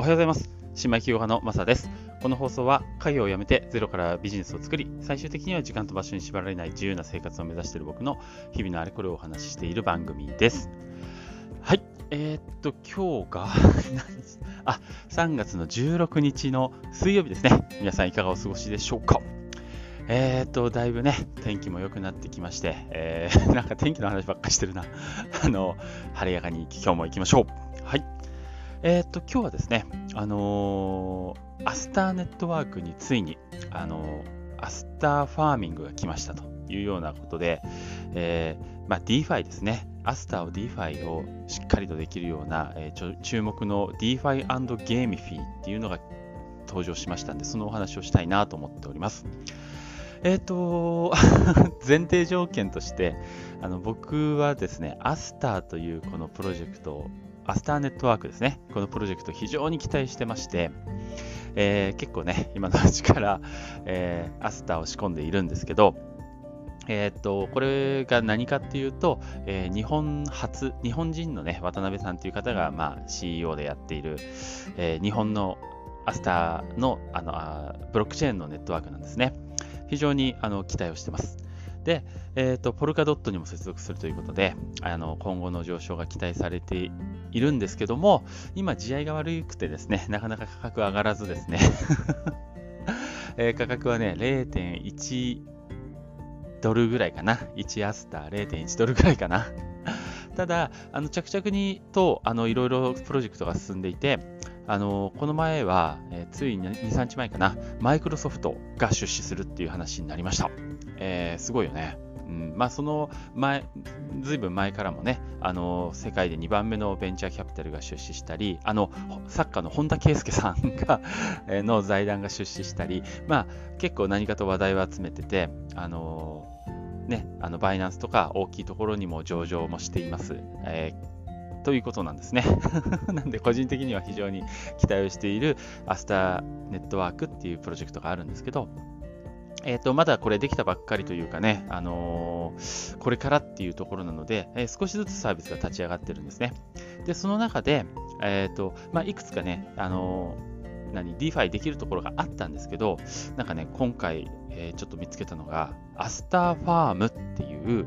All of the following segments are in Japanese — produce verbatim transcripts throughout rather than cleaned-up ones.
はようございます。新米企業家のマサです。この放送は家業を辞めてゼロからビジネスを作り、最終的には時間と場所に縛られない自由な生活を目指している僕の日々のあれこれをお話ししている番組です。はい、えー、っと今日があさんがつのじゅうろくにちの水曜日ですね。皆さんいかがお過ごしでしょうか。えーと、だいぶね、天気も良くなってきまして、えー、なんか天気の話ばっかりしてるな。あの、晴れやかに今日も行きましょう。はい。えーと、今日はですね、あのー、アスターネットワークについに、あのー、アスターファーミングが来ましたというようなことで、えー、まあ、DeFi ですね。アスターを DeFi をしっかりとできるような、えー、ちょ注目の DeFi& ゲーミフィーっていうのが登場しましたんで、そのお話をしたいなと思っております。えっと、前提条件として、あの僕はですね、アスターというこのプロジェクト、アスターネットワークですね、このプロジェクト非常に期待してまして、えー、結構ね、今のうちから、えー、アスターを仕込んでいるんですけど、えー、っと、これが何かっていうと、えー、日本初、日本人のね、渡辺さんという方が、まあ、シーイーオー でやっている、えー、日本のアスターの、あのあブロックチェーンのネットワークなんですね。非常にあの期待をしています。で、えーと、ポルカドットにも接続するということで、あの今後の上昇が期待されているんですけども、今、地合いが悪くてですね、なかなか価格上がらずですね、えー、価格はね、れいてんいちドルぐらいかな。いちアスター れいてんいちドルぐらいかな。ただ、あの着々にとあのいろいろプロジェクトが進んでいて、あのこの前は、えー、ついにに、さんにちまえかな、マイクロソフトが出資するっていう話になりました。えー、すごいよね。うん、まあその前、ずいぶん前からもね、あの世界でにばんめのベンチャーキャピタルが出資したり、あのサッカーの本田圭佑さんがの財団が出資したり、まあ結構何かと話題を集めてて、あのね、あのバイナンスとか大きいところにも上場もしています。えーということなんですね。なんで個人的には非常に期待をしているアスターネットワークっていうプロジェクトがあるんですけど、えーと、まだこれできたばっかりというかね、あのー、これからっていうところなので、えー、少しずつサービスが立ち上がってるんですね。で、その中で、えーとまあ、いくつかね、あのー、何、DeFi できるところがあったんですけど、なんかね、今回、えー、ちょっと見つけたのが、アスターファームっていう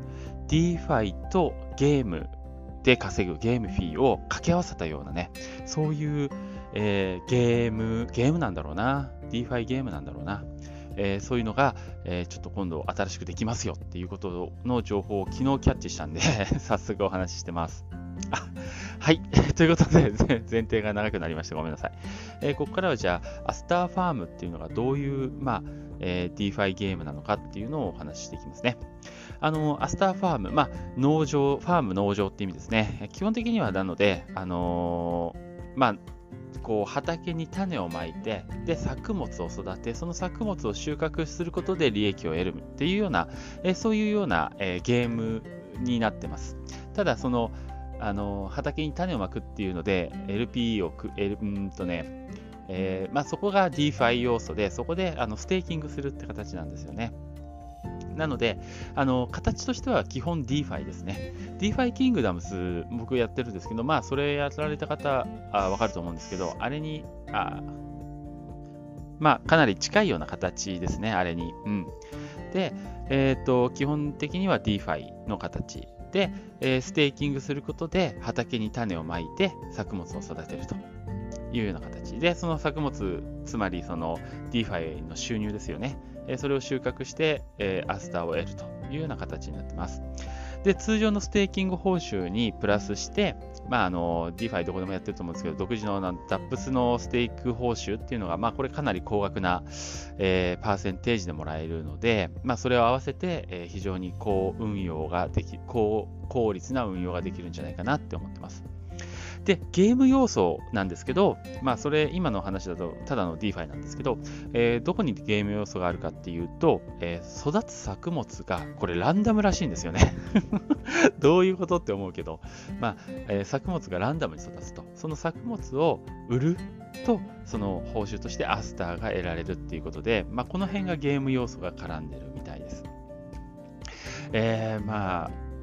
DeFi とゲームで稼ぐゲームフィーを掛け合わせたようなね、そういう、えー、ゲーム、ゲームなんだろうな、DeFi ゲームなんだろうな、えー、そういうのが、えー、ちょっと今度新しくできますよっていうことの情報を昨日キャッチしたんで、早速お話ししてます。あはい。ということで、前提が長くなりました。ごめんなさい。えー、ここからはじゃあ、アスターファームっていうのがどういう、まあ、えー、DeFi ゲームなのかっていうのをお話ししていきますね。あの、アスターファーム、まあ、農場、ファーム農場って意味ですね。基本的にはなので、あのー、まあ、こう畑に種をまいて、で、作物を育て、その作物を収穫することで利益を得るっていうような、えー、そういうような、えー、ゲームになってます。ただ、その、あの畑に種をまくっていうので、エルピー をく、えー、うんとね、えーまあ、そこが DeFi 要素で、そこであのステーキングするって形なんですよね。なので、あの形としては基本 DeFi ですね。DeFi Kingdoms 僕やってるんですけど、まあそれやられた方あわかると思うんですけど、あれにあまあかなり近いような形ですね、あれに。うん、で、えーと、基本的には DeFi の形で、えー、ステーキングすることで畑に種をまいて作物を育てるというような形で、その作物、つまりその DeFi の収入ですよね。それを収穫して、えー、アスターを得るというような形になっています。で、通常のステーキング報酬にプラスして、まあ、あの DeFi どこでもやってると思うんですけど、独自の ダップス のステーク報酬っていうのが、まあ、これかなり高額な、えー、パーセンテージでもらえるので、まあ、それを合わせて、えー、非常に高運用ができ、高効率な運用ができるんじゃないかなって思ってます。で、ゲーム要素なんですけど、まあ、それ、今の話だと、ただの DeFi なんですけど、えー、どこにゲーム要素があるかっていうと、えー、育つ作物が、これランダムらしいんですよね。どういうことって思うけど、まあ、えー、作物がランダムに育つと。その作物を売ると、その報酬としてアスターが得られるっていうことで、まあ、この辺がゲーム要素が絡んでるみたいです。えー、まあ、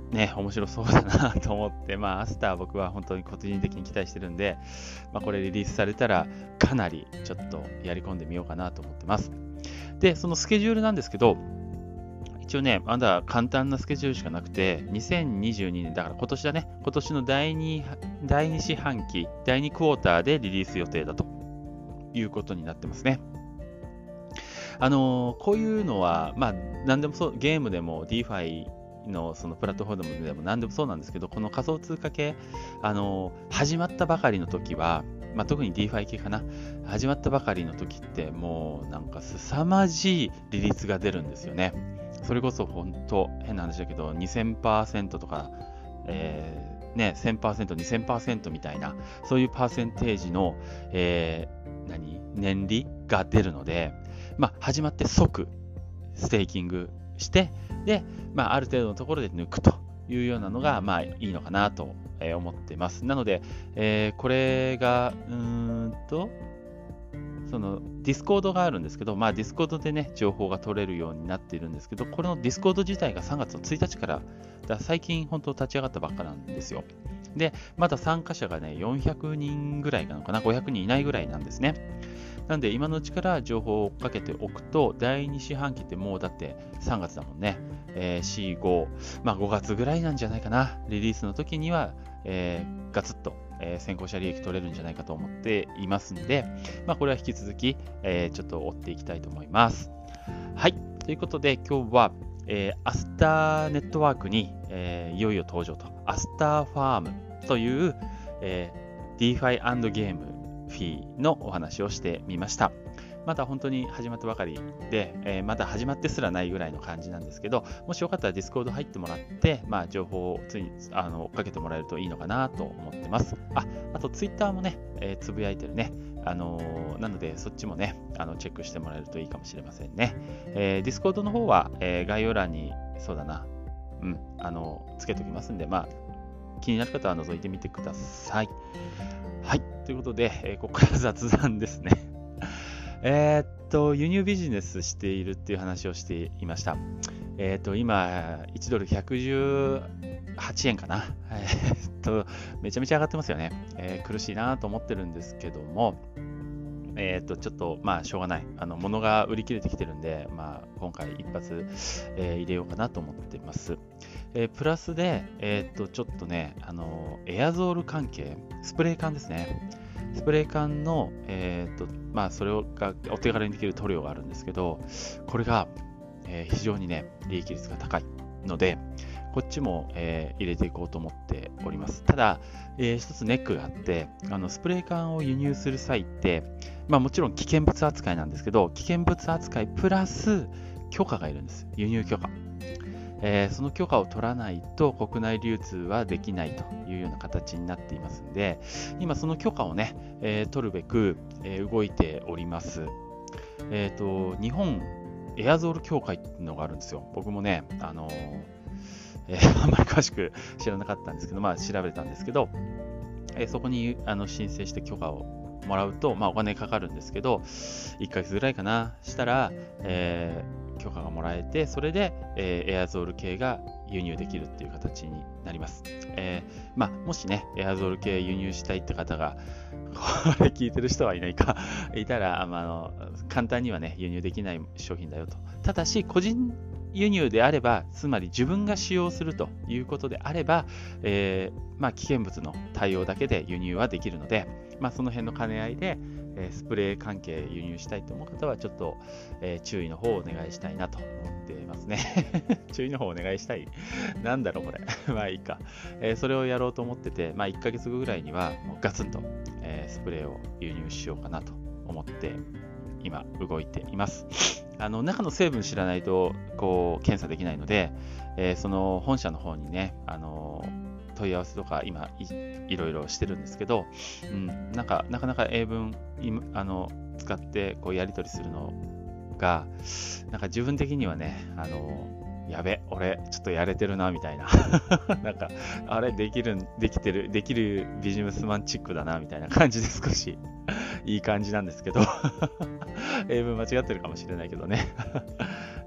ね、面白そうだなと思って、まあ、アスター僕は本当に個人的に期待してるんで、まあ、これリリースされたらかなりちょっとやり込んでみようかなと思ってます。で、そのスケジュールなんですけど、一応ね、まだ簡単なスケジュールしかなくて、にせんにじゅうにねん、だから今年だね、今年の第 2, 第2四半期、だいにクォーターでリリース予定だということになってますね。あのー、こういうのは、まあ、何でもそう、ゲームでも DeFi のそのプラットフォームでも何でもそうなんですけど、この仮想通貨系、あのー、始まったばかりの時は、まあ、特に DeFi 系かな、始まったばかりの時ってもうなんか凄まじい利率が出るんですよね。それこそ本当変な話だけど にせんパーセント とか、えーね、せんパーセント、にせんパーセント みたいな、そういうパーセンテージの、えー、何年利が出るので、まあ、始まって即ステーキングして、で、まあ、ある程度のところで抜くというようなのが、まあ、いいのかなと思っています。なので、えー、これが、うーんと、そのディスコードがあるんですけど、まあ、ディスコードでね、情報が取れるようになっているんですけど、これのディスコード自体がさんがつのついたちから、だ最近本当立ち上がったばっかなんですよ。で、まだ参加者がね、よんひゃくにんぐらいなのかな、ごひゃくにんいないぐらいなんですね。なんで、今のうちから情報を追っかけておくと、だいに四半期ってもうだってさんがつだもんね。えー、よん、ご、まあごがつぐらいなんじゃないかな。リリースの時には、えー、ガツッと、えー、先行者利益取れるんじゃないかと思っていますんで、まあこれは引き続き、えー、ちょっと追っていきたいと思います。はい。ということで、今日は、えー、アスターネットワークに、えー、いよいよ登場と、アスターファームという、えー、DeFi& ゲームフィーのお話をしてみました。まだ本当に始まったばかりで、えー、まだ始まってすらないぐらいの感じなんですけど、もしよかったら Discord 入ってもらって、まあ、情報をついあの追っかけてもらえるといいのかなと思ってます。あ、あと Twitter もね、えー、つぶやいてるね。あのー、なのでそっちもね、あのチェックしてもらえるといいかもしれませんね。えー、Discord の方は、えー、概要欄にそうだな、うん、あのつけておきますんで、まあ、気になる方は覗いてみてください。はい。ということで、えー、ここから雑談ですね。えっと、輸入ビジネスしているっていう話をしていました。えっと、今、いちドルひゃくじゅうはちえんかな。えっと、めちゃめちゃ上がってますよね。えー、苦しいなと思ってるんですけども、えっと、ちょっと、まあ、しょうがない。あの、物が売り切れてきてるんで、まあ、今回一発、えー、入れようかなと思ってます。えー、プラスで、えっと、ちょっとね、あの、エアゾール関係、スプレー缶ですね。スプレー缶の、えーとまあ、それがお手軽にできる塗料があるんですけど、これが、えー、非常にね、利益率が高いので、こっちも、えー、入れていこうと思っております。ただ、えー、一つネックがあって、あのスプレー缶を輸入する際って、まあ、もちろん危険物扱いなんですけど、危険物扱いプラス許可がいるんです。輸入許可。えー、その許可を取らないと国内流通はできないというような形になっていますので、今その許可をね、えー、取るべく、えー、動いております。えっと、日本エアゾール協会っていうのがあるんですよ。僕もね、あのーえー、あんまり詳しく知らなかったんですけど、まあ調べたんですけど、えー、そこにあの申請して許可をもらうと、まあお金かかるんですけど、いっかげつぐらいかな、したら、えー許可がもらえて、それで、えー、エアゾール系が輸入できるっていう形になります。えーまあ、もしね、エアゾール系輸入したいって方が、これ聞いてる人はいないか、いたら、まあ、あの簡単にはね、輸入できない商品だよと。ただし、個人輸入であれば、つまり自分が使用するということであれば、えーまあ、危険物の対応だけで輸入はできるので、まあ、その辺の兼ね合いで、スプレー関係輸入したいと思う方はちょっと、えー、注意の方をお願いしたいなと思っていますね。注意の方をお願いしたい。なんだろうこれ。まあいいか、えー。それをやろうと思ってて、まあいっかげつごぐらいにはもうガツンと、えー、スプレーを輸入しようかなと思って今動いています。あの中の成分知らないとこう検査できないので、えー、その本社の方にね、あのー問い合わせとか今 い, いろいろしてるんですけど、うん、なんかなかなか英文あの使ってこうやり取りするのがなんか自分的にはね、あのやべ俺ちょっとやれてるなみたいななんかあれできるできてるできるビジネスマンチックだなみたいな感じで少しいい感じなんですけど英文間違ってるかもしれないけどね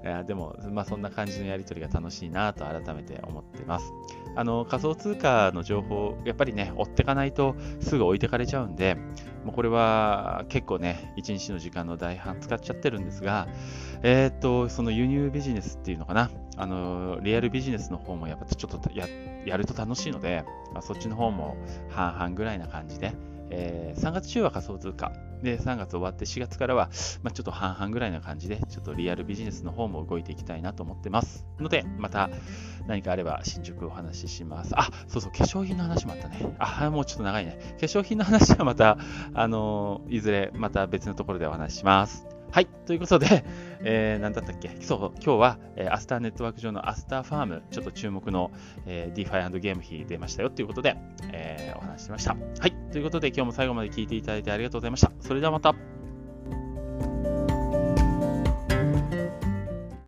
やでも、まあ、そんな感じのやり取りが楽しいなと改めて思ってます。あの仮想通貨の情報、やっぱりね、追ってかないとすぐ置いてかれちゃうんで、もうこれは結構ね、一日の時間の大半使っちゃってるんですが、えー、っと、その輸入ビジネスっていうのかな、あのリアルビジネスの方もやっぱちょっと や, やると楽しいので、まあ、そっちの方も半々ぐらいな感じで、えー、さんがつ中は仮想通貨で、さんがつ終わってしがつからは、まあ、ちょっと半々ぐらいな感じで、ちょっとリアルビジネスの方も動いていきたいなと思ってますので、また何かあれば進捗をお話しします。あ、そうそう、化粧品の話もあったね。あ、もうちょっと長いね。化粧品の話はまた、あのー、いずれまた別のところでお話しします。はい、ということで、えー、何だったっけ、そう、今日は、えー、アスターネットワーク上のアスターファーム、ちょっと注目の、えー、DeFi& ゲーム比出ましたよということで、えー、お話ししました。はい、ということで今日も最後まで聞いていただいてありがとうございました。それではまた。